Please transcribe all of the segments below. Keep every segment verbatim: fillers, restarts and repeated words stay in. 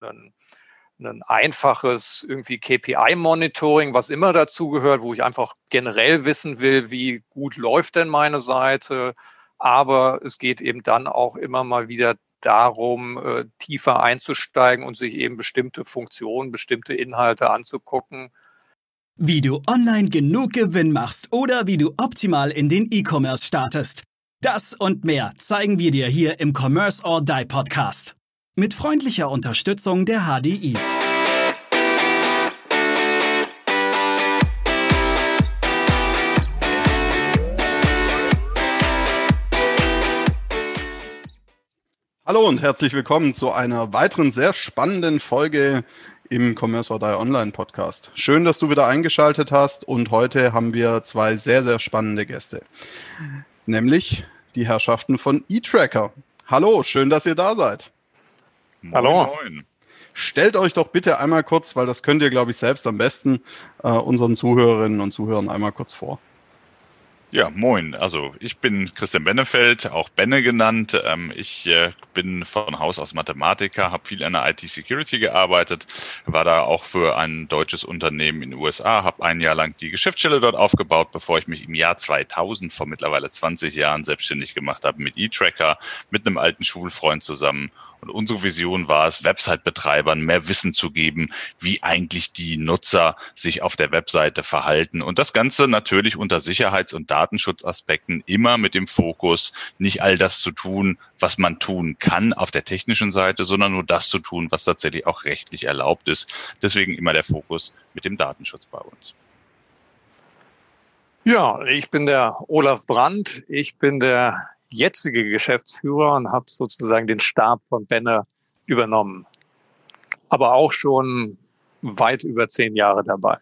ein, ein einfaches irgendwie K P I-Monitoring, was immer dazu gehört, wo ich einfach generell wissen will, wie gut läuft denn meine Seite. Aber es geht eben dann auch immer mal wieder darum, äh, tiefer einzusteigen und sich eben bestimmte Funktionen, bestimmte Inhalte anzugucken. Wie du online genug Gewinn machst oder wie du optimal in den E-Commerce startest. Das und mehr zeigen wir dir hier im Commerce or Die Podcast. Mit freundlicher Unterstützung der H D I. Hallo und herzlich willkommen zu einer weiteren sehr spannenden Folge im Commerce or Die Online Podcast. Schön, dass du wieder eingeschaltet hast und heute haben wir zwei sehr, sehr spannende Gäste, nämlich die Herrschaften von eTracker. Hallo, schön, dass ihr da seid. Moin, Hallo. Moin. Stellt euch doch bitte einmal kurz, weil das könnt ihr, glaube ich, selbst am besten äh, unseren Zuhörerinnen und Zuhörern einmal kurz vor. Ja, moin. Also ich bin Christian Bennefeld, auch Benne genannt. Ähm, ich äh, bin von Haus aus Mathematiker, habe viel in der I T-Security gearbeitet, war da auch für ein deutsches Unternehmen in den U S A, habe ein Jahr lang die Geschäftsstelle dort aufgebaut, bevor ich mich im Jahr zweitausend, vor mittlerweile zwanzig Jahren, selbstständig gemacht habe mit eTracker, mit einem alten Schulfreund zusammen. Und unsere Vision war es, Website-Betreibern mehr Wissen zu geben, wie eigentlich die Nutzer sich auf der Webseite verhalten. Und das Ganze natürlich unter Sicherheits- und Datenschutzaspekten, immer mit dem Fokus, nicht all das zu tun, was man tun kann auf der technischen Seite, sondern nur das zu tun, was tatsächlich auch rechtlich erlaubt ist. Deswegen immer der Fokus mit dem Datenschutz bei uns. Ja, ich bin der Olaf Brandt. Ich bin der jetzige Geschäftsführer und habe sozusagen den Stab von Benne übernommen. Aber auch schon weit über zehn Jahre dabei.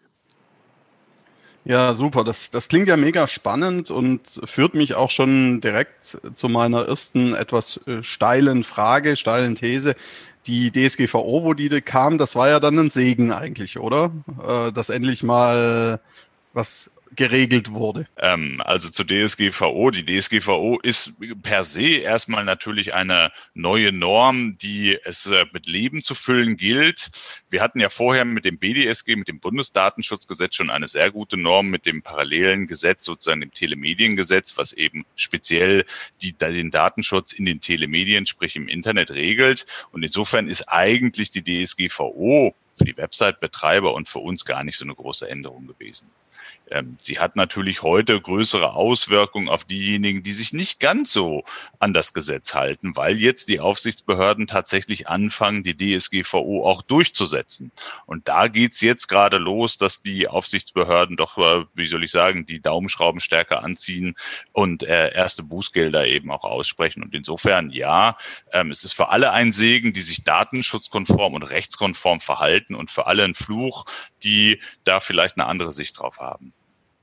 Ja, super. Das, das klingt ja mega spannend und führt mich auch schon direkt zu meiner ersten etwas äh, steilen Frage, steilen These. Die D S G V O, wo die kam, das war ja dann ein Segen eigentlich, oder? Äh, dass endlich mal was geregelt wurde. Ähm, also zur D S G V O. Die D S G V O ist per se erstmal natürlich eine neue Norm, die es äh, mit Leben zu füllen gilt. Wir hatten ja vorher mit dem B D S G, mit dem Bundesdatenschutzgesetz, schon eine sehr gute Norm mit dem parallelen Gesetz, sozusagen dem Telemediengesetz, was eben speziell die, den Datenschutz in den Telemedien, sprich im Internet, regelt. Und insofern ist eigentlich die D S G V O für die Website-Betreiber und für uns gar nicht so eine große Änderung gewesen. Sie hat natürlich heute größere Auswirkungen auf diejenigen, die sich nicht ganz so an das Gesetz halten, weil jetzt die Aufsichtsbehörden tatsächlich anfangen, die D S G V O auch durchzusetzen. Und da geht's jetzt gerade los, dass die Aufsichtsbehörden doch, wie soll ich sagen, die Daumenschrauben stärker anziehen und äh, erste Bußgelder eben auch aussprechen. Und insofern, ja, ähm, es ist für alle ein Segen, die sich datenschutzkonform und rechtskonform verhalten und für alle ein Fluch, die da vielleicht eine andere Sicht drauf haben.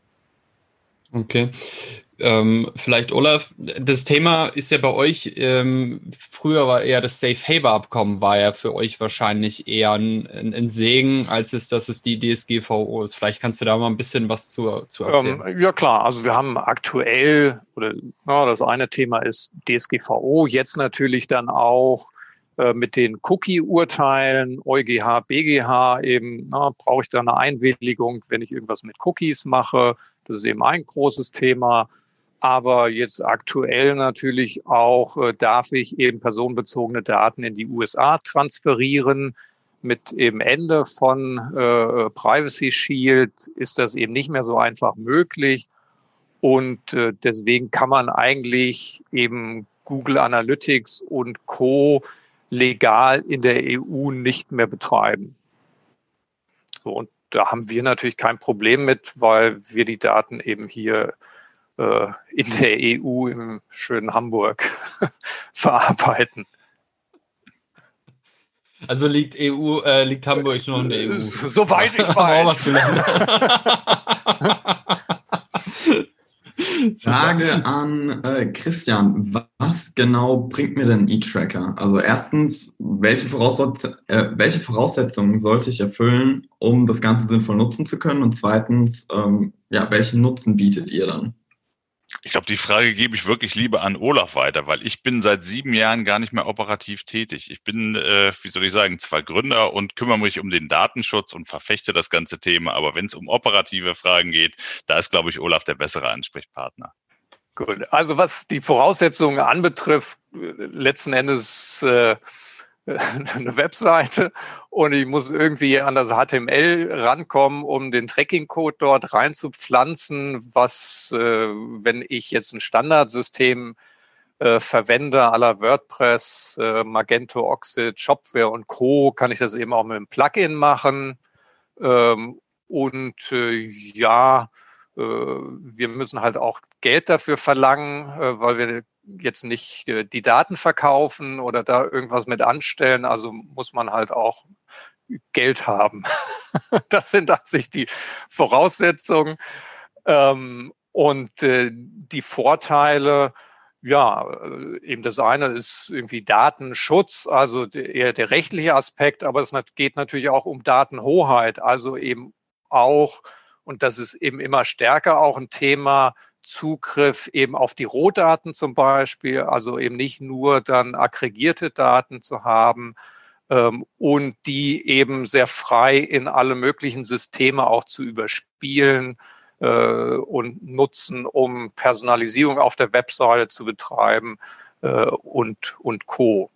Okay. Ähm, vielleicht Olaf, das Thema ist ja bei euch, ähm, früher war eher das Safe Harbor Abkommen, war ja für euch wahrscheinlich eher ein, ein, ein Segen, als es, dass es die D S G V O ist. Vielleicht kannst du da mal ein bisschen was zu, zu erzählen. Ähm, ja klar, also wir haben aktuell, oder ja, das eine Thema ist D S G V O, jetzt natürlich dann auch äh, mit den Cookie-Urteilen, EuGH, B G H eben, na, brauche ich da eine Einwilligung, wenn ich irgendwas mit Cookies mache. Das ist eben ein großes Thema. Aber jetzt aktuell natürlich auch äh, darf ich eben personenbezogene Daten in die U S A transferieren. Mit eben Ende von äh, Privacy Shield ist das eben nicht mehr so einfach möglich. Und äh, deswegen kann man eigentlich eben Google Analytics und Co. legal in der E U nicht mehr betreiben. So, und da haben wir natürlich kein Problem mit, weil wir die Daten eben hier äh, in der E U im schönen Hamburg verarbeiten. Also liegt E U, äh, liegt Hamburg noch in der E U? Soweit ich weiß. Frage an äh, Christian. Was genau bringt mir denn eTracker? Also erstens, welche, Voraussetz- äh, welche Voraussetzungen sollte ich erfüllen, um das Ganze sinnvoll nutzen zu können? Und zweitens, ähm, ja, welchen Nutzen bietet ihr dann? Ich glaube, die Frage gebe ich wirklich lieber an Olaf weiter, weil ich bin seit sieben Jahren gar nicht mehr operativ tätig. Ich bin, äh, wie soll ich sagen, zwar Gründer und kümmere mich um den Datenschutz und verfechte das ganze Thema, aber wenn es um operative Fragen geht, da ist, glaube ich, Olaf der bessere Ansprechpartner. Gut. Also was die Voraussetzungen anbetrifft, letzten Endes äh, eine Webseite und ich muss irgendwie an das H T M L rankommen, um den Tracking-Code dort reinzupflanzen, was, äh, wenn ich jetzt ein Standardsystem äh, verwende, à la WordPress, äh, Magento, Oxid, Shopware und Co., kann ich das eben auch mit einem Plugin machen. Ähm, und äh, ja, äh, wir müssen halt auch Geld dafür verlangen, äh, weil wir jetzt nicht äh, die Daten verkaufen oder da irgendwas mit anstellen. Also muss man halt auch Geld haben. Das sind an sich die Voraussetzungen. Ähm, und äh, die Vorteile, ja, äh, eben das eine ist irgendwie Datenschutz, also der, eher der rechtliche Aspekt, aber es geht natürlich auch um Datenhoheit, also eben auch, und das ist eben immer stärker auch ein Thema, Zugriff eben auf die Rohdaten zum Beispiel, also eben nicht nur dann aggregierte Daten zu haben ähm, und die eben sehr frei in alle möglichen Systeme auch zu überspielen äh, und nutzen, um Personalisierung auf der Webseite zu betreiben äh, und, und Co.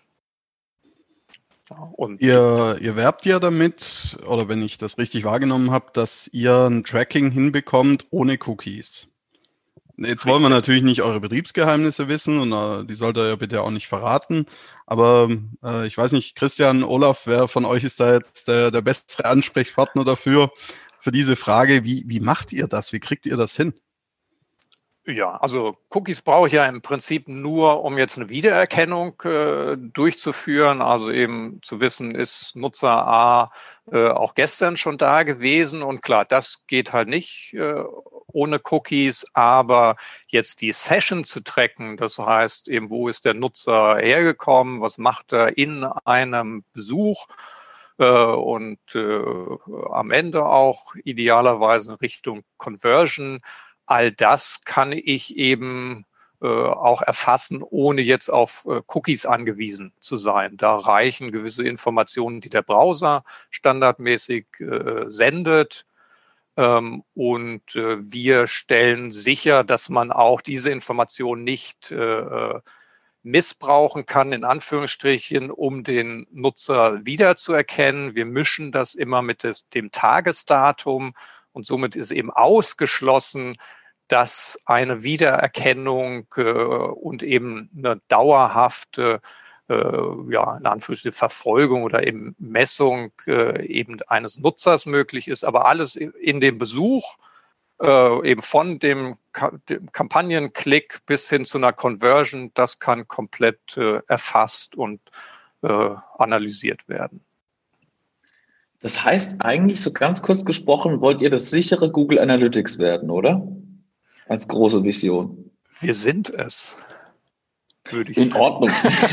Und ihr, ihr werbt ja damit, oder wenn ich das richtig wahrgenommen habe, dass ihr ein Tracking hinbekommt ohne Cookies. Jetzt wollen wir natürlich nicht eure Betriebsgeheimnisse wissen und uh, die sollt ihr ja bitte auch nicht verraten. Aber uh, ich weiß nicht, Christian, Olaf, wer von euch ist da jetzt der, der bessere Ansprechpartner dafür, für diese Frage, wie, wie macht ihr das? Wie kriegt ihr das hin? Ja, also Cookies brauche ich ja im Prinzip nur, um jetzt eine Wiedererkennung äh, durchzuführen. Also eben zu wissen, ist Nutzer A äh, auch gestern schon da gewesen. Und klar, das geht halt nicht äh, ohne Cookies. Aber jetzt die Session zu tracken, das heißt eben, wo ist der Nutzer hergekommen, was macht er in einem Besuch, äh, und äh, am Ende auch idealerweise in Richtung Conversion. All das kann ich eben äh, auch erfassen, ohne jetzt auf äh, Cookies angewiesen zu sein. Da reichen gewisse Informationen, die der Browser standardmäßig äh, sendet. Ähm, und äh, wir stellen sicher, dass man auch diese Informationen nicht äh, missbrauchen kann, in Anführungsstrichen, um den Nutzer wiederzuerkennen. Wir mischen das immer mit des, dem Tagesdatum. Und somit ist eben ausgeschlossen, dass eine Wiedererkennung äh, und eben eine dauerhafte, äh, ja, in Anführungsstrichen Verfolgung oder eben Messung äh, eben eines Nutzers möglich ist. Aber alles in dem Besuch, äh, eben von dem, Ka- dem Kampagnenklick bis hin zu einer Conversion, das kann komplett äh, erfasst und äh, analysiert werden. Das heißt eigentlich, so ganz kurz gesprochen, wollt ihr das sichere Google Analytics werden, oder? Als große Vision. Wir sind es, würde ich In sagen. Ordnung.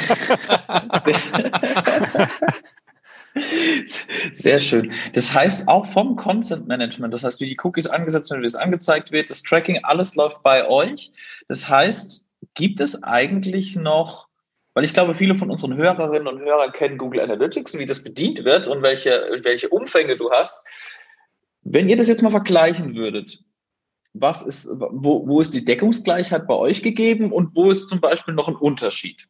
Sehr schön. Das heißt auch vom Content Management, das heißt, wie die Cookies angesetzt werden, wie das angezeigt wird, das Tracking, alles läuft bei euch. Das heißt, gibt es eigentlich noch, weil ich glaube, viele von unseren Hörerinnen und Hörern kennen Google Analytics, wie das bedient wird und welche, welche Umfänge du hast. Wenn ihr das jetzt mal vergleichen würdet, was ist, wo, wo ist die Deckungsgleichheit bei euch gegeben und wo ist zum Beispiel noch ein Unterschied?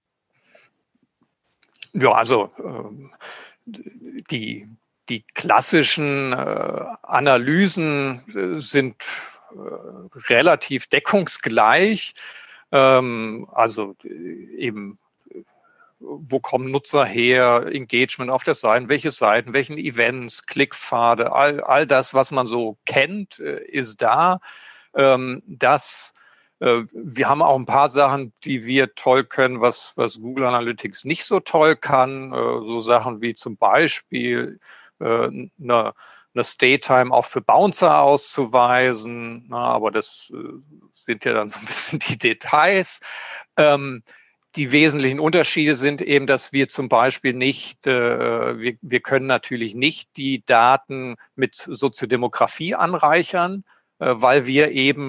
Ja, also ähm, die, die klassischen äh, Analysen äh, sind äh, relativ deckungsgleich. Ähm, also äh, eben, wo kommen Nutzer her, Engagement auf der Seite, welche Seiten, welchen Events, Klickpfade, all, all das, was man so kennt, äh, ist da. Ähm, das äh, wir haben auch ein paar Sachen, die wir toll können, was, was Google Analytics nicht so toll kann. Äh, so Sachen wie zum Beispiel äh, eine, eine Stay-Time auch für Bouncer auszuweisen. Na, aber das äh, sind ja dann so ein bisschen die Details. Ähm, Die wesentlichen Unterschiede sind eben, dass wir zum Beispiel nicht, äh, wir, wir können natürlich nicht die Daten mit Soziodemografie anreichern, äh, weil wir eben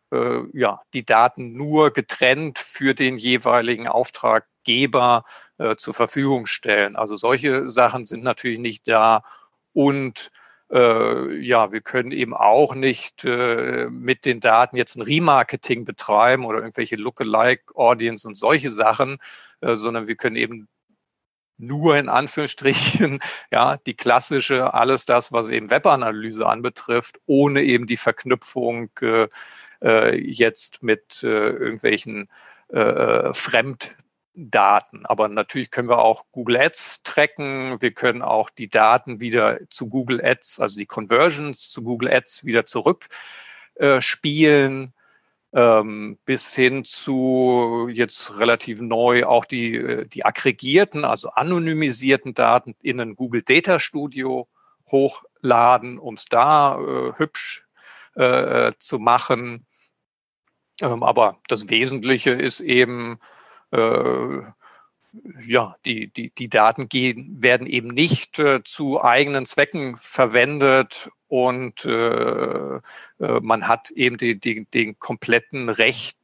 äh, ja, die Daten nur getrennt für den jeweiligen Auftraggeber äh, zur Verfügung stellen. Also solche Sachen sind natürlich nicht da. Und äh, ja, wir können eben auch nicht äh, mit den Daten jetzt ein Remarketing betreiben oder irgendwelche Lookalike-Audience und solche Sachen, äh, sondern wir können eben nur in Anführungsstrichen, ja, die klassische, alles das, was eben Webanalyse anbetrifft, ohne eben die Verknüpfung äh, äh, jetzt mit äh, irgendwelchen äh, Fremddaten. Aber natürlich können wir auch Google Ads tracken. Wir können auch die Daten wieder zu Google Ads, also die Conversions zu Google Ads wieder zurückspielen. Äh, Ähm, bis hin zu jetzt relativ neu auch die, die aggregierten, also anonymisierten Daten in ein Google Data Studio hochladen, um es da äh, hübsch äh, zu machen. Ähm, aber das Wesentliche ist eben, äh, ja, die, die, die Daten gehen, werden eben nicht äh, zu eigenen Zwecken verwendet und äh, äh, man hat eben die, die, den kompletten Recht,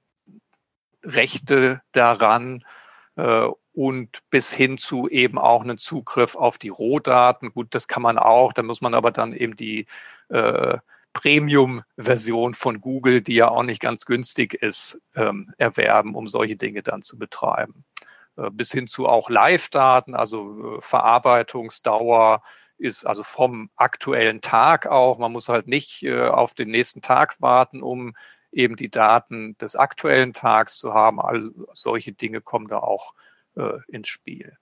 Rechte daran äh, und bis hin zu eben auch einen Zugriff auf die Rohdaten. Gut, das kann man auch, da muss man aber dann eben die äh, Premium-Version von Google, die ja auch nicht ganz günstig ist, ähm, erwerben, um solche Dinge dann zu betreiben. Bis hin zu auch Live-Daten, also Verarbeitungsdauer ist also vom aktuellen Tag auch. Man muss halt nicht äh, auf den nächsten Tag warten, um eben die Daten des aktuellen Tags zu haben. All solche Dinge kommen da auch äh, ins Spiel.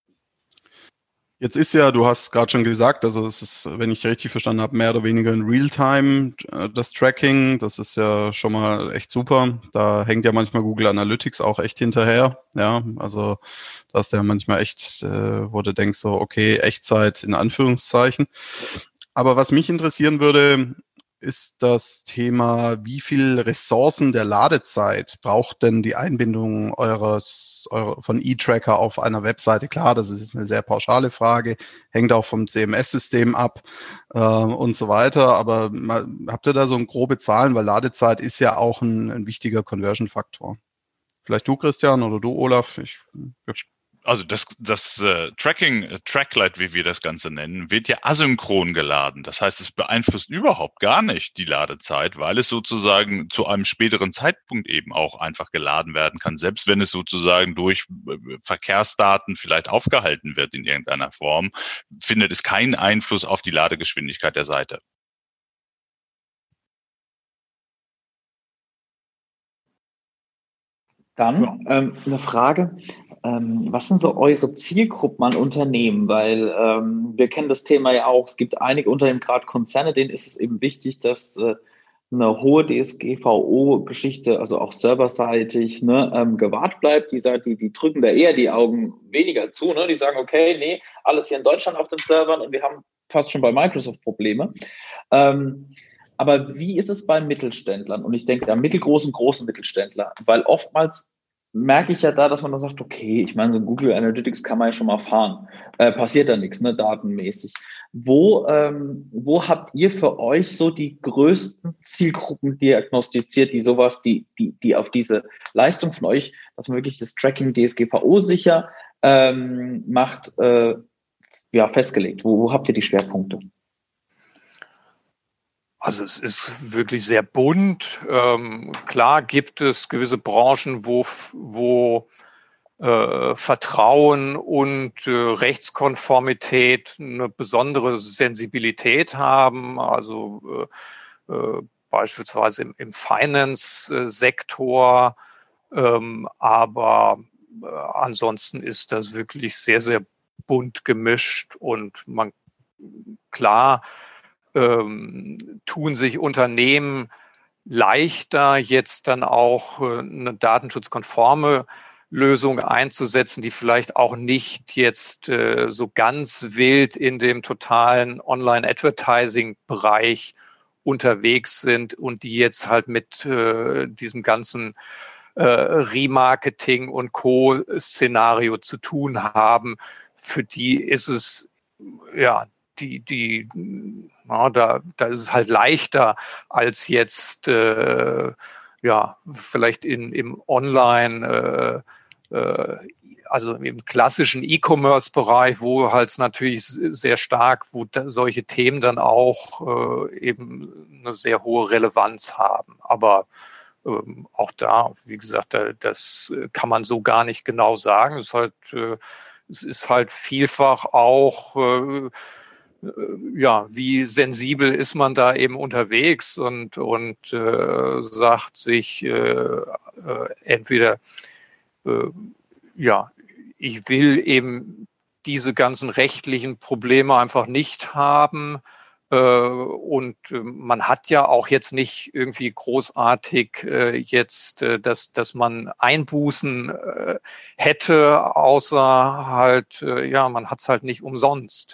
Jetzt ist ja, du hast gerade schon gesagt, also es ist, wenn ich richtig verstanden habe, mehr oder weniger in Realtime äh, das Tracking. Das ist ja schon mal echt super. Da hängt ja manchmal Google Analytics auch echt hinterher. Ja, also da ist ja manchmal echt, äh, wo du denkst so, okay, Echtzeit in Anführungszeichen. Aber was mich interessieren würde, ist das Thema, wie viel Ressourcen der Ladezeit braucht denn die Einbindung eures eure, von eTracker auf einer Webseite? Klar, das ist jetzt eine sehr pauschale Frage, hängt auch vom C M S-System ab äh, und so weiter. Aber mal, habt ihr da so grobe Zahlen? Weil Ladezeit ist ja auch ein, ein wichtiger Conversion-Faktor. Vielleicht du, Christian, oder du, Olaf? Ich, ich Also das, das äh, Tracking, äh, Tracklight, wie wir das Ganze nennen, wird ja asynchron geladen. Das heißt, es beeinflusst überhaupt gar nicht die Ladezeit, weil es sozusagen zu einem späteren Zeitpunkt eben auch einfach geladen werden kann, selbst wenn es sozusagen durch äh, Verkehrsdaten vielleicht aufgehalten wird in irgendeiner Form, findet es keinen Einfluss auf die Ladegeschwindigkeit der Seite. Dann ähm, eine Frage. Ähm, was sind so eure Zielgruppen an Unternehmen? Weil ähm, wir kennen das Thema ja auch. Es gibt einige Unternehmen, gerade Konzerne, denen ist es eben wichtig, dass äh, eine hohe D S G V O-Geschichte, also auch serverseitig, ne, ähm, gewahrt bleibt. Die, die, die drücken da eher die Augen weniger zu. Ne? Die sagen, okay, nee, alles hier in Deutschland auf den Servern und wir haben fast schon bei Microsoft Probleme. Ähm, Aber wie ist es bei Mittelständlern? Und ich denke da mittelgroßen, großen Mittelständler, weil oftmals merke ich ja da, dass man dann sagt, okay, ich meine, so Google Analytics kann man ja schon mal fahren. Äh, passiert da nichts, ne, datenmäßig. Wo, ähm, wo habt ihr für euch so die größten Zielgruppen diagnostiziert, die sowas, die, die, die auf diese Leistung von euch, dass man wirklich das Tracking D S G V O sicher ähm, macht, äh, ja, festgelegt? Wo, wo habt ihr die Schwerpunkte? Also es ist wirklich sehr bunt. Ähm, klar gibt es gewisse Branchen, wo, wo äh, Vertrauen und äh, Rechtskonformität eine besondere Sensibilität haben. Also äh, äh, beispielsweise im, im Finance-Sektor. Ähm, aber äh, ansonsten ist das wirklich sehr, sehr bunt gemischt und man, klar, Ähm, tun sich Unternehmen leichter, jetzt dann auch äh, eine datenschutzkonforme Lösung einzusetzen, die vielleicht auch nicht jetzt äh, so ganz wild in dem totalen Online-Advertising-Bereich unterwegs sind und die jetzt halt mit äh, diesem ganzen äh, Remarketing und Co-Szenario zu tun haben. Für die ist es ja die, die, ja, da, da ist es halt leichter als jetzt äh, ja, vielleicht in, im Online, äh, äh, also im klassischen E-Commerce-Bereich, wo halt natürlich sehr stark, wo solche Themen dann auch äh, eben eine sehr hohe Relevanz haben. Aber ähm, auch da, wie gesagt, da, das kann man so gar nicht genau sagen. Es ist halt, äh, es ist halt vielfach auch, äh, ja, wie sensibel ist man da eben unterwegs und, und äh, sagt sich äh, äh, entweder, äh, ja, ich will eben diese ganzen rechtlichen Probleme einfach nicht haben. Äh, und äh, man hat ja auch jetzt nicht irgendwie großartig äh, jetzt, äh, dass, dass man Einbußen äh, hätte, außer halt, äh, ja, man hat es halt nicht umsonst.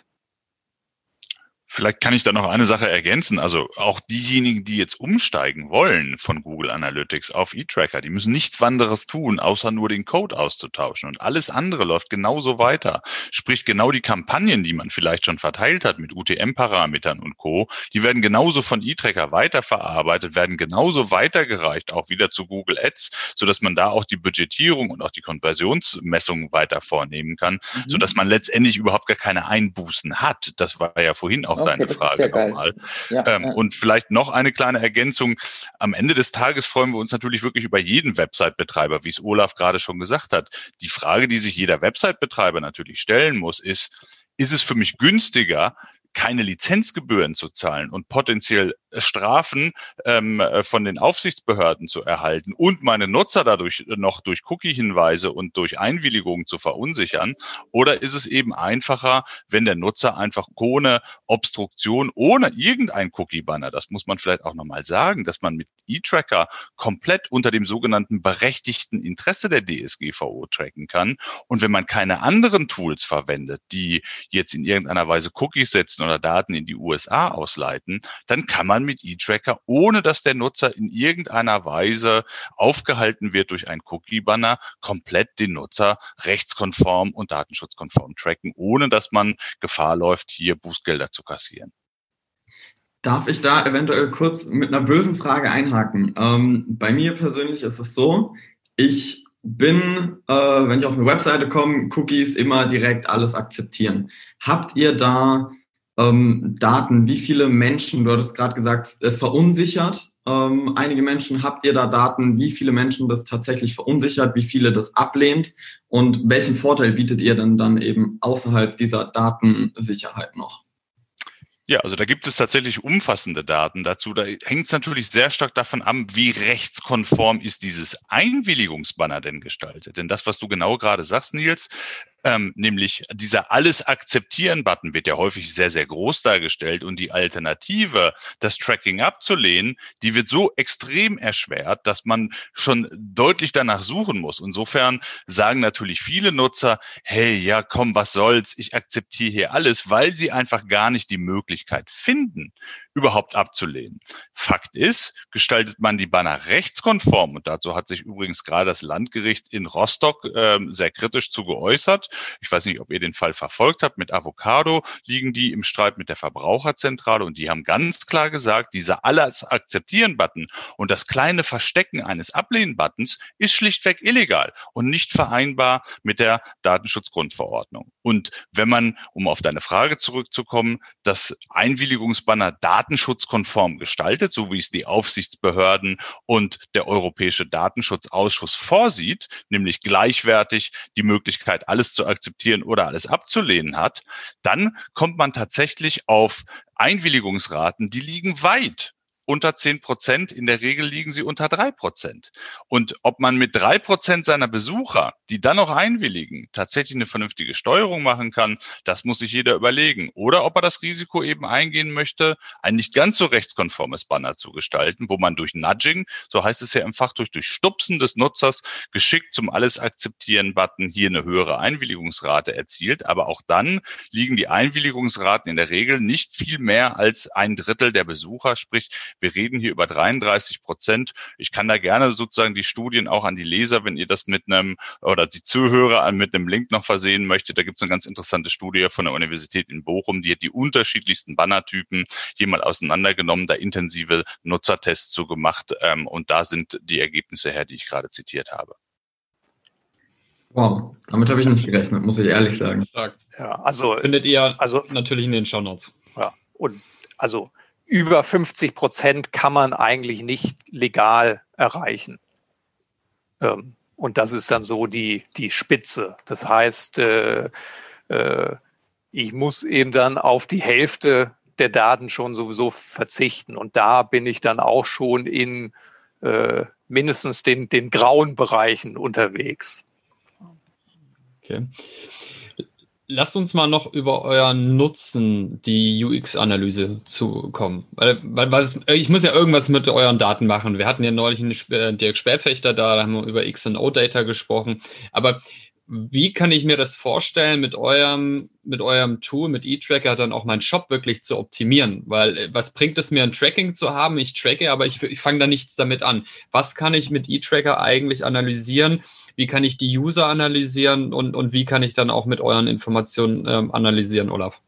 Vielleicht kann ich da noch eine Sache ergänzen. Also auch diejenigen, die jetzt umsteigen wollen von Google Analytics auf eTracker, die müssen nichts anderes tun, außer nur den Code auszutauschen. Und alles andere läuft genauso weiter. Sprich, genau die Kampagnen, die man vielleicht schon verteilt hat mit U T M-Parametern und Co., die werden genauso von eTracker weiterverarbeitet, werden genauso weitergereicht, auch wieder zu Google Ads, sodass man da auch die Budgetierung und auch die Konversionsmessung weiter vornehmen kann, mhm. sodass man letztendlich überhaupt gar keine Einbußen hat. Das war ja vorhin auch Okay, deine Frage nochmal. Ja, ähm, ja. Und vielleicht noch eine kleine Ergänzung. Am Ende des Tages freuen wir uns natürlich wirklich über jeden Website-Betreiber, wie es Olaf gerade schon gesagt hat. Die Frage, die sich jeder Website-Betreiber natürlich stellen muss, ist, ist es für mich günstiger, keine Lizenzgebühren zu zahlen und potenziell Strafen ähm, von den Aufsichtsbehörden zu erhalten und meine Nutzer dadurch noch durch Cookie-Hinweise und durch Einwilligungen zu verunsichern? Oder ist es eben einfacher, wenn der Nutzer einfach ohne Obstruktion, ohne irgendein Cookie-Banner, das muss man vielleicht auch nochmal sagen, dass man mit eTracker komplett unter dem sogenannten berechtigten Interesse der D S G V O tracken kann. Und wenn man keine anderen Tools verwendet, die jetzt in irgendeiner Weise Cookies setzen oder Daten in die U S A ausleiten, dann kann man mit eTracker, ohne dass der Nutzer in irgendeiner Weise aufgehalten wird durch ein Cookie-Banner, komplett den Nutzer rechtskonform und datenschutzkonform tracken, ohne dass man Gefahr läuft, hier Bußgelder zu kassieren. Darf ich da eventuell kurz mit einer bösen Frage einhaken? Ähm, bei mir persönlich ist es so, ich bin, äh, wenn ich auf eine Webseite komme, Cookies immer direkt alles akzeptieren. Habt ihr da ähm, Daten, wie viele Menschen, du hattest gerade gesagt, es verunsichert ähm, einige Menschen, habt ihr da Daten, wie viele Menschen das tatsächlich verunsichert, wie viele das ablehnt und welchen Vorteil bietet ihr denn dann eben außerhalb dieser Datensicherheit noch? Ja, also da gibt es tatsächlich umfassende Daten dazu. Da hängt es natürlich sehr stark davon ab, wie rechtskonform ist dieses Einwilligungsbanner denn gestaltet. Denn das, was du genau gerade sagst, Nils, ähm, nämlich dieser Alles-Akzeptieren-Button wird ja häufig sehr, sehr groß dargestellt und die Alternative, das Tracking abzulehnen, die wird so extrem erschwert, dass man schon deutlich danach suchen muss. Insofern sagen natürlich viele Nutzer, hey, ja komm, was soll's, ich akzeptiere hier alles, weil sie einfach gar nicht die Möglichkeit finden, überhaupt abzulehnen. Fakt ist, gestaltet man die Banner rechtskonform, und dazu hat sich übrigens gerade das Landgericht in Rostock äh, sehr kritisch zu geäußert. Ich weiß nicht, ob ihr den Fall verfolgt habt. Mit Avocado liegen die im Streit mit der Verbraucherzentrale und die haben ganz klar gesagt, dieser Alles-Akzeptieren-Button und das kleine Verstecken eines Ablehnen-Buttons ist schlichtweg illegal und nicht vereinbar mit der Datenschutzgrundverordnung. Und wenn man, um auf deine Frage zurückzukommen, das Einwilligungsbanner datenschutzkonform gestaltet, so wie es die Aufsichtsbehörden und der Europäische Datenschutzausschuss vorsieht, nämlich gleichwertig die Möglichkeit, alles zu akzeptieren oder alles abzulehnen hat, dann kommt man tatsächlich auf Einwilligungsraten, die liegen weit unter zehn Prozent. In der Regel liegen sie unter drei Prozent. Und ob man mit drei Prozent seiner Besucher, die dann noch einwilligen, tatsächlich eine vernünftige Steuerung machen kann, das muss sich jeder überlegen. Oder ob er das Risiko eben eingehen möchte, ein nicht ganz so rechtskonformes Banner zu gestalten, wo man durch Nudging, so heißt es ja im Fachdeutsch, durch Stupsen des Nutzers geschickt zum Alles-Akzeptieren-Button hier eine höhere Einwilligungsrate erzielt. Aber auch dann liegen die Einwilligungsraten in der Regel nicht viel mehr als ein Drittel der Besucher, sprich Wir reden hier über dreiunddreißig Prozent. Ich kann da gerne sozusagen die Studien auch an die Leser, wenn ihr das mit einem oder die Zuhörer mit einem Link noch versehen möchtet. Da gibt es eine ganz interessante Studie von der Universität in Bochum, die hat die unterschiedlichsten Bannertypen hier mal auseinandergenommen, da intensive Nutzertests zu gemacht ähm, und da sind die Ergebnisse her, die ich gerade zitiert habe. Wow, damit habe ich nicht gerechnet, muss ich ehrlich sagen. Ja, also findet ihr also natürlich in den Shownotes. Ja, und also über fünfzig Prozent kann man eigentlich nicht legal erreichen. Ähm, und das ist dann so die, die Spitze. Das heißt, äh, äh, ich muss eben dann auf die Hälfte der Daten schon sowieso verzichten. Und da bin ich dann auch schon in äh, mindestens den, den grauen Bereichen unterwegs. Okay. Lasst uns mal noch über euren Nutzen, die U X-Analyse zu kommen. Weil, weil, weil es, ich muss ja irgendwas mit euren Daten machen. Wir hatten ja neulich einen Dirk Spähfechter da, da haben wir über X und O-Data gesprochen. Aber wie kann ich mir das vorstellen, mit eurem, mit eurem Tool, mit eTracker dann auch meinen Shop wirklich zu optimieren? Weil was bringt es mir, ein Tracking zu haben? Ich tracke, aber ich, ich fange da nichts damit an. Was kann ich mit eTracker eigentlich analysieren? Wie kann ich die User analysieren und, und wie kann ich dann auch mit euren Informationen ähm, analysieren, Olaf?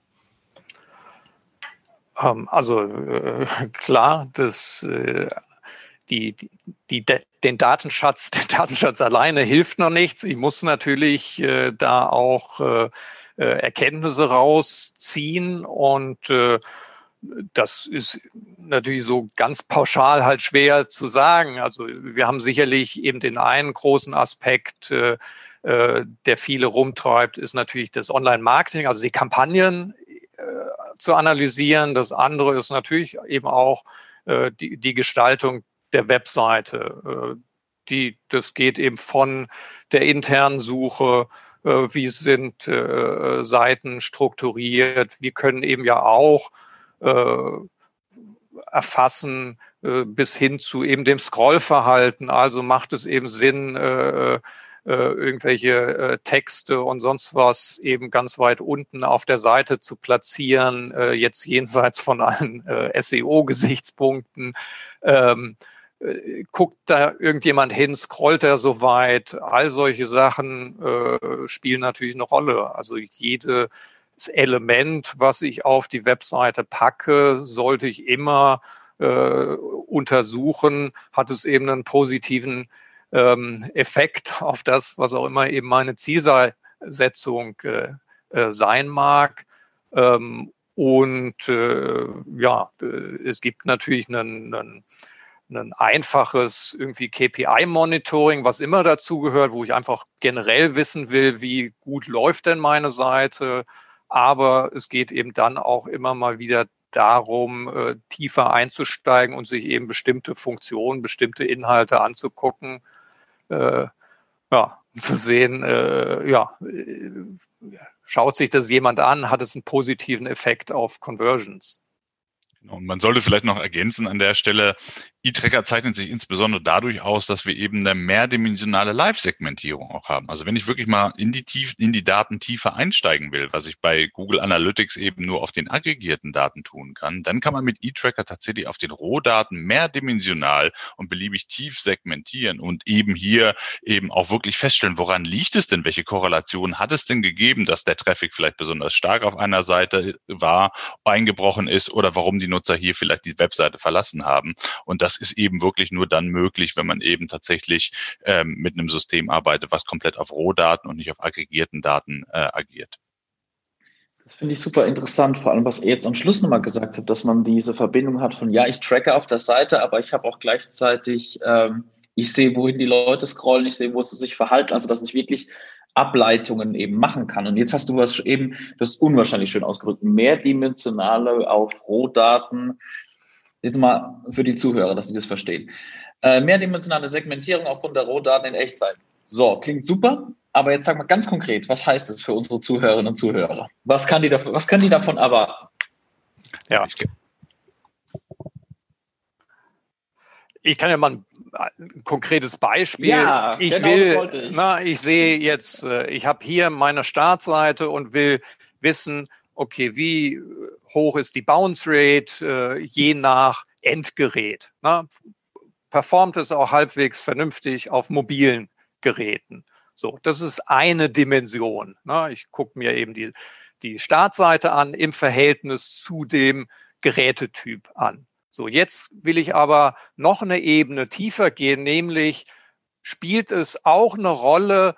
Ähm, also äh, klar, das äh, Die, die, die, den Datenschatz, der Datenschatz alleine hilft noch nichts. Ich muss natürlich äh, da auch äh, Erkenntnisse rausziehen und äh, das ist natürlich so ganz pauschal halt schwer zu sagen. Also wir haben sicherlich eben den einen großen Aspekt, äh, der viele rumtreibt, ist natürlich das Online-Marketing, also die Kampagnen äh, zu analysieren. Das andere ist natürlich eben auch äh, die, die Gestaltung der Webseite. Die, das geht eben von der internen Suche, wie sind äh, Seiten strukturiert. Wir können eben ja auch äh, erfassen äh, bis hin zu eben dem Scrollverhalten. Also macht es eben Sinn, äh, äh, irgendwelche äh, Texte und sonst was eben ganz weit unten auf der Seite zu platzieren, äh, jetzt jenseits von allen äh, S E O-Gesichtspunkten. Ähm, Guckt da irgendjemand hin, scrollt er so weit? All solche Sachen äh, spielen natürlich eine Rolle. Also jedes Element, was ich auf die Webseite packe, sollte ich immer äh, untersuchen. Hat es eben einen positiven ähm, Effekt auf das, was auch immer eben meine Zielsetzung äh, äh, sein mag. Ähm, und äh, ja, es gibt natürlich einen, einen ein einfaches irgendwie K P I-Monitoring, was immer dazu gehört, wo ich einfach generell wissen will, wie gut läuft denn meine Seite. Aber es geht eben dann auch immer mal wieder darum, äh, tiefer einzusteigen und sich eben bestimmte Funktionen, bestimmte Inhalte anzugucken, äh, ja, zu sehen, äh, ja, äh, schaut sich das jemand an, hat es einen positiven Effekt auf Conversions. Und man sollte vielleicht noch ergänzen an der Stelle, eTracker zeichnet sich insbesondere dadurch aus, dass wir eben eine mehrdimensionale Live-Segmentierung auch haben. Also wenn ich wirklich mal in die, Tief, in die Daten tiefer einsteigen will, was ich bei Google Analytics eben nur auf den aggregierten Daten tun kann, dann kann man mit eTracker tatsächlich auf den Rohdaten mehrdimensional und beliebig tief segmentieren und eben hier eben auch wirklich feststellen, woran liegt es denn, welche Korrelation hat es denn gegeben, dass der Traffic vielleicht besonders stark auf einer Seite war, eingebrochen ist oder warum die Nutzer hier vielleicht die Webseite verlassen haben. Und das ist eben wirklich nur dann möglich, wenn man eben tatsächlich ähm, mit einem System arbeitet, was komplett auf Rohdaten und nicht auf aggregierten Daten äh, agiert. Das finde ich super interessant, vor allem, was ihr jetzt am Schluss nochmal gesagt habt, dass man diese Verbindung hat von, ja, ich tracke auf der Seite, aber ich habe auch gleichzeitig, ähm, ich sehe, wohin die Leute scrollen, ich sehe, wo sie sich verhalten, also dass ich wirklich Ableitungen eben machen kann. Und jetzt hast du was eben, das ist unwahrscheinlich schön ausgedrückt, mehrdimensionale auf Rohdaten. Jetzt mal für die Zuhörer, dass sie das verstehen. Äh, mehrdimensionale Segmentierung aufgrund der Rohdaten in Echtzeit. So, klingt super, aber jetzt sag mal ganz konkret, was heißt das für unsere Zuhörerinnen und Zuhörer? Was kann die davon, was können die davon erwarten? Ja. Ich kann ja mal ein, ein konkretes Beispiel. Ja, ich genau, will, das wollte ich. Na, ich sehe jetzt, ich habe hier meine Startseite und will wissen, okay, wie hoch ist die Bounce Rate, je nach Endgerät. Ne? Performt es auch halbwegs vernünftig auf mobilen Geräten. So, das ist eine Dimension. Ne? Ich gucke mir eben die, die Startseite an im Verhältnis zu dem Gerätetyp an. So, jetzt will ich aber noch eine Ebene tiefer gehen, nämlich spielt es auch eine Rolle,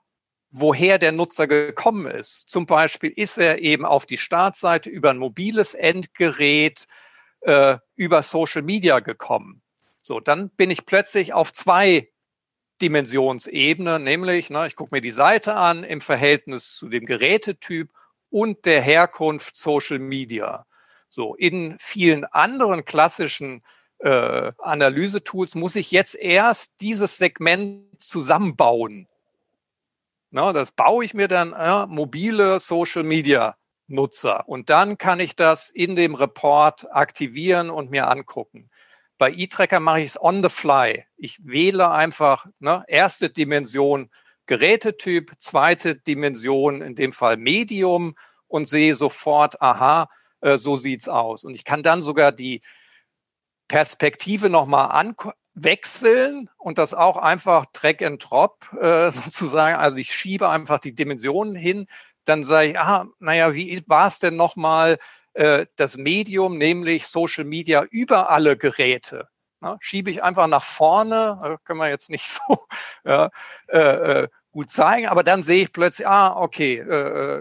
woher der Nutzer gekommen ist. Zum Beispiel ist er eben auf die Startseite über ein mobiles Endgerät, äh, über Social Media gekommen. So, dann bin ich plötzlich auf zwei Dimensionsebene, nämlich, ne, ich gucke mir die Seite an im Verhältnis zu dem Gerätetyp und der Herkunft Social Media. So, in vielen anderen klassischen äh, Analysetools muss ich jetzt erst dieses Segment zusammenbauen. Na, das baue ich mir dann äh, mobile Social Media Nutzer und dann kann ich das in dem Report aktivieren und mir angucken. Bei eTracker mache ich es on the fly. Ich wähle einfach, ne, erste Dimension Gerätetyp, zweite Dimension, in dem Fall Medium, und sehe sofort, aha, äh, so sieht's aus. Und ich kann dann sogar die Perspektive nochmal anwechseln und das auch einfach Drag and Drop äh, sozusagen. Also ich schiebe einfach die Dimensionen hin. Dann sage ich, ah, naja, wie war es denn nochmal? Das Medium, nämlich Social Media über alle Geräte. Na, schiebe ich einfach nach vorne, das können wir jetzt nicht so ja, äh, gut zeigen, aber dann sehe ich plötzlich, ah, okay, äh,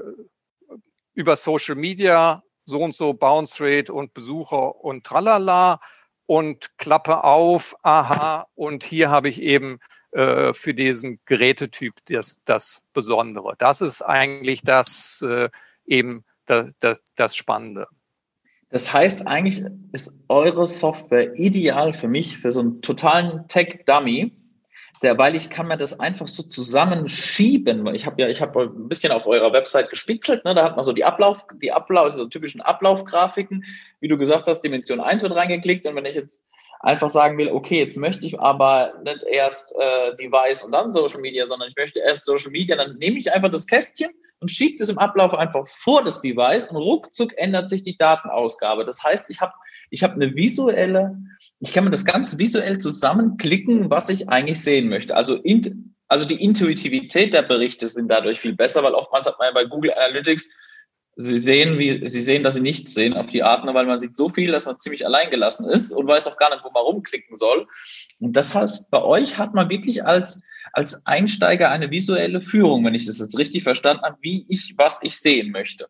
über Social Media so und so Bounce Rate und Besucher und tralala und Klappe auf, aha, und hier habe ich eben äh, für diesen Gerätetyp das, das Besondere. Das ist eigentlich das äh, eben Das, das, das Spannende. Das heißt, eigentlich ist eure Software ideal für mich, für so einen totalen Tech-Dummy, der, weil ich kann mir das einfach so zusammenschieben. Ich habe ja, ich habe ein bisschen auf eurer Website gespitzelt, ne? Da hat man so die Ablauf, die Ablauf, so typischen Ablaufgrafiken, wie du gesagt hast, Dimension eins wird reingeklickt, und wenn ich jetzt einfach sagen will, okay, jetzt möchte ich aber nicht erst äh, Device und dann Social Media, sondern ich möchte erst Social Media, dann nehme ich einfach das Kästchen und schiebe es im Ablauf einfach vor das Device und ruckzuck ändert sich die Datenausgabe. Das heißt, ich habe ich habe eine visuelle, ich kann mir das ganz visuell zusammenklicken, was ich eigentlich sehen möchte. Also, in, also die Intuitivität der Berichte sind dadurch viel besser, weil oftmals hat man ja bei Google Analytics, Sie sehen, wie, Sie sehen, dass Sie nichts sehen auf die Art, weil man sieht so viel, dass man ziemlich alleingelassen ist und weiß auch gar nicht, wo man rumklicken soll. Und das heißt, bei euch hat man wirklich als, als Einsteiger eine visuelle Führung, wenn ich das jetzt richtig verstanden habe, wie ich, was ich sehen möchte.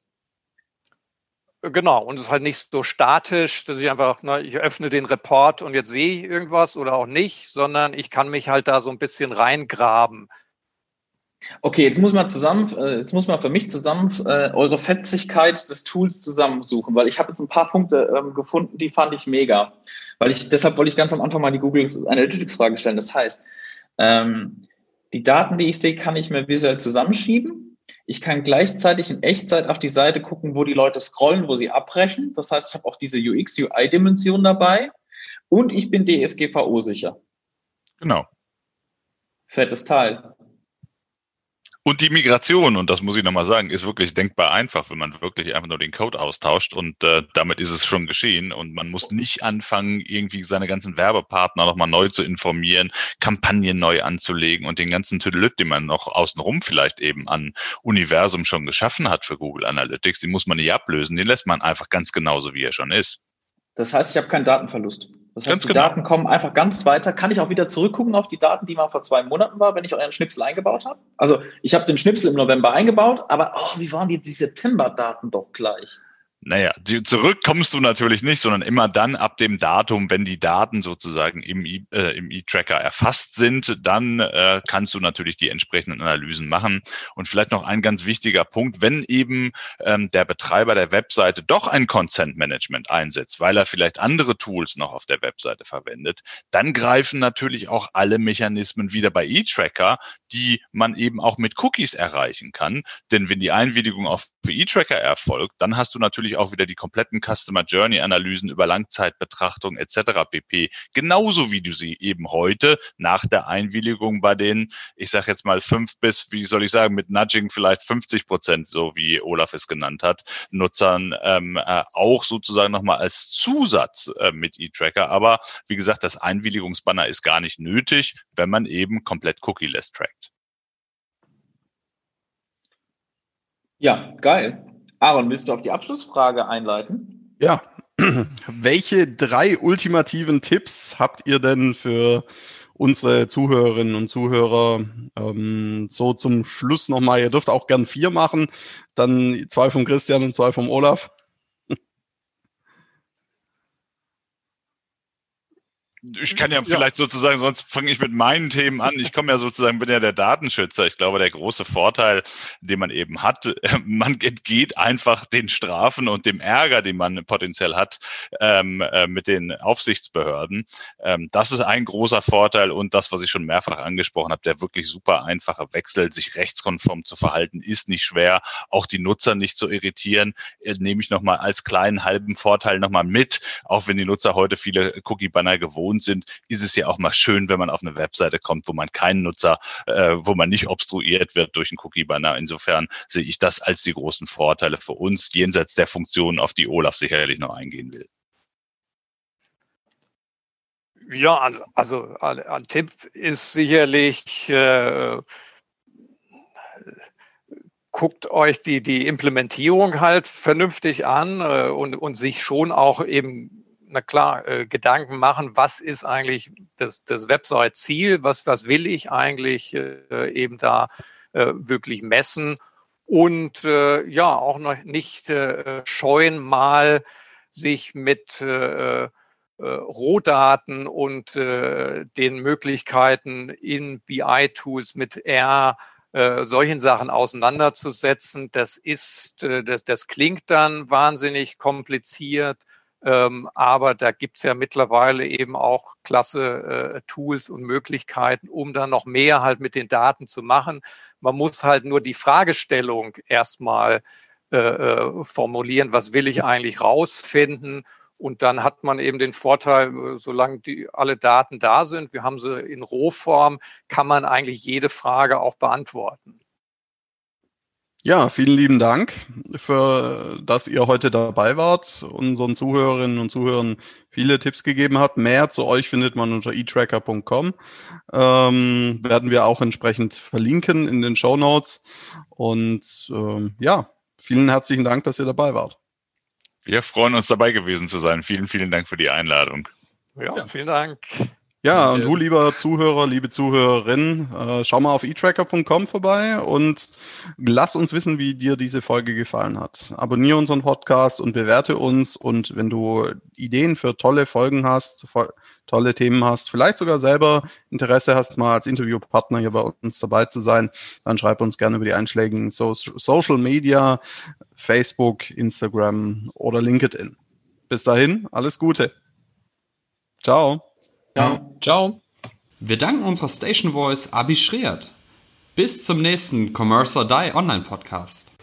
Genau, und es ist halt nicht so statisch, dass ich einfach, ne, ich öffne den Report und jetzt sehe ich irgendwas oder auch nicht, sondern ich kann mich halt da so ein bisschen reingraben. Okay, jetzt muss man zusammen, jetzt muss man für mich zusammen äh, eure Fetzigkeit des Tools zusammensuchen, weil ich habe jetzt ein paar Punkte ähm, gefunden, die fand ich mega. Weil ich, deshalb wollte ich ganz am Anfang mal die Google Analytics Frage stellen. Das heißt, ähm, die Daten, die ich sehe, kann ich mir visuell zusammenschieben. Ich kann gleichzeitig in Echtzeit auf die Seite gucken, wo die Leute scrollen, wo sie abbrechen. Das heißt, ich habe auch diese U X, U I-Dimension dabei. Und ich bin D S G V O-sicher. Genau. Fettes Teil. Und die Migration, und das muss ich nochmal sagen, ist wirklich denkbar einfach, wenn man wirklich einfach nur den Code austauscht, und äh, damit ist es schon geschehen, und man muss nicht anfangen, irgendwie seine ganzen Werbepartner nochmal neu zu informieren, Kampagnen neu anzulegen und den ganzen Tüdelüt, den man noch außenrum vielleicht eben an Universum schon geschaffen hat für Google Analytics, den muss man nicht ablösen, den lässt man einfach ganz genauso, wie er schon ist. Das heißt, ich habe keinen Datenverlust. Das heißt, Ganz die genau. Daten kommen einfach ganz weiter. Kann ich auch wieder zurückgucken auf die Daten, die mal vor zwei Monaten war, wenn ich euren Schnipsel eingebaut habe? Also ich habe den Schnipsel im November eingebaut, aber oh, wie waren die, die September-Daten doch gleich? Naja, die, zurück kommst du natürlich nicht, sondern immer dann ab dem Datum, wenn die Daten sozusagen im, äh, im E-Tracker erfasst sind, dann äh, kannst du natürlich die entsprechenden Analysen machen. Und vielleicht noch ein ganz wichtiger Punkt, wenn eben ähm, der Betreiber der Webseite doch ein Consent Management einsetzt, weil er vielleicht andere Tools noch auf der Webseite verwendet, dann greifen natürlich auch alle Mechanismen wieder bei E-Tracker, die man eben auch mit Cookies erreichen kann. Denn wenn die Einwilligung auf E-Tracker erfolgt, dann hast du natürlich natürlich auch wieder die kompletten Customer Journey Analysen über Langzeitbetrachtung et cetera pp. Genauso wie du sie eben heute nach der Einwilligung bei den, ich sage jetzt mal fünf bis, wie soll ich sagen, mit Nudging vielleicht fünfzig Prozent, so wie Olaf es genannt hat, Nutzern ähm, äh, auch sozusagen nochmal als Zusatz äh, mit eTracker. Aber wie gesagt, das Einwilligungsbanner ist gar nicht nötig, wenn man eben komplett cookie-less trackt. Ja, geil. Aaron, willst du auf die Abschlussfrage einleiten? Ja. Welche drei ultimativen Tipps habt ihr denn für unsere Zuhörerinnen und Zuhörer ähm, so zum Schluss nochmal? Ihr dürft auch gern vier machen, dann zwei vom Christian und zwei vom Olaf. Ich kann ja vielleicht ja. sozusagen, sonst fange ich mit meinen Themen an. Ich komme ja sozusagen, bin ja der Datenschützer. Ich glaube, der große Vorteil, den man eben hat, man entgeht einfach den Strafen und dem Ärger, den man potenziell hat ähm, äh, mit den Aufsichtsbehörden. Ähm, das ist ein großer Vorteil und das, was ich schon mehrfach angesprochen habe, der wirklich super einfache Wechsel, sich rechtskonform zu verhalten, ist nicht schwer. Auch die Nutzer nicht zu irritieren, äh, nehme ich nochmal als kleinen halben Vorteil nochmal mit. Auch wenn die Nutzer heute viele Cookie-Banner gewohnt sind, ist es ja auch mal schön, wenn man auf eine Webseite kommt, wo man keinen Nutzer, äh, wo man nicht obstruiert wird durch einen Cookie-Banner. Insofern sehe ich das als die großen Vorteile für uns, jenseits der Funktionen, auf die Olaf sicherlich noch eingehen will. Ja, also ein Tipp ist sicherlich, äh, guckt euch die, die Implementierung halt vernünftig an äh, und, und sich schon auch eben na klar, äh, Gedanken machen, was ist eigentlich das, das Website-Ziel, was, was will ich eigentlich äh, eben da äh, wirklich messen und äh, ja, auch noch nicht äh, scheuen, mal sich mit äh, äh, Rohdaten und äh, den Möglichkeiten in B I-Tools mit R, äh, solchen Sachen auseinanderzusetzen. Das ist, äh, das, das klingt dann wahnsinnig kompliziert. Ähm, aber da gibt's ja mittlerweile eben auch klasse äh, Tools und Möglichkeiten, um dann noch mehr halt mit den Daten zu machen. Man muss halt nur die Fragestellung erstmal äh, äh, formulieren, was will ich eigentlich rausfinden? Und dann hat man eben den Vorteil, äh, solange die, alle Daten da sind, wir haben sie in Rohform, kann man eigentlich jede Frage auch beantworten. Ja, vielen lieben Dank, für dass ihr heute dabei wart, unseren Zuhörerinnen und Zuhörern viele Tipps gegeben habt. Mehr zu euch findet man unter e tracker punkt com. Ähm, werden wir auch entsprechend verlinken in den Shownotes. Und ähm, ja, vielen herzlichen Dank, dass ihr dabei wart. Wir freuen uns, dabei gewesen zu sein. Vielen, vielen Dank für die Einladung. Ja, ja. Vielen Dank. Ja, und du, lieber Zuhörer, liebe Zuhörerin, äh, schau mal auf e tracker punkt com vorbei und lass uns wissen, wie dir diese Folge gefallen hat. Abonniere unseren Podcast und bewerte uns. Und wenn du Ideen für tolle Folgen hast, tolle Themen hast, vielleicht sogar selber Interesse hast, mal als Interviewpartner hier bei uns dabei zu sein, dann schreib uns gerne über die einschlägigen so- Social Media, Facebook, Instagram oder LinkedIn. Bis dahin, alles Gute. Ciao. Ciao. Ciao. Wir danken unserer Station Voice Abi Schreert. Bis zum nächsten Commerce or Die Online Podcast.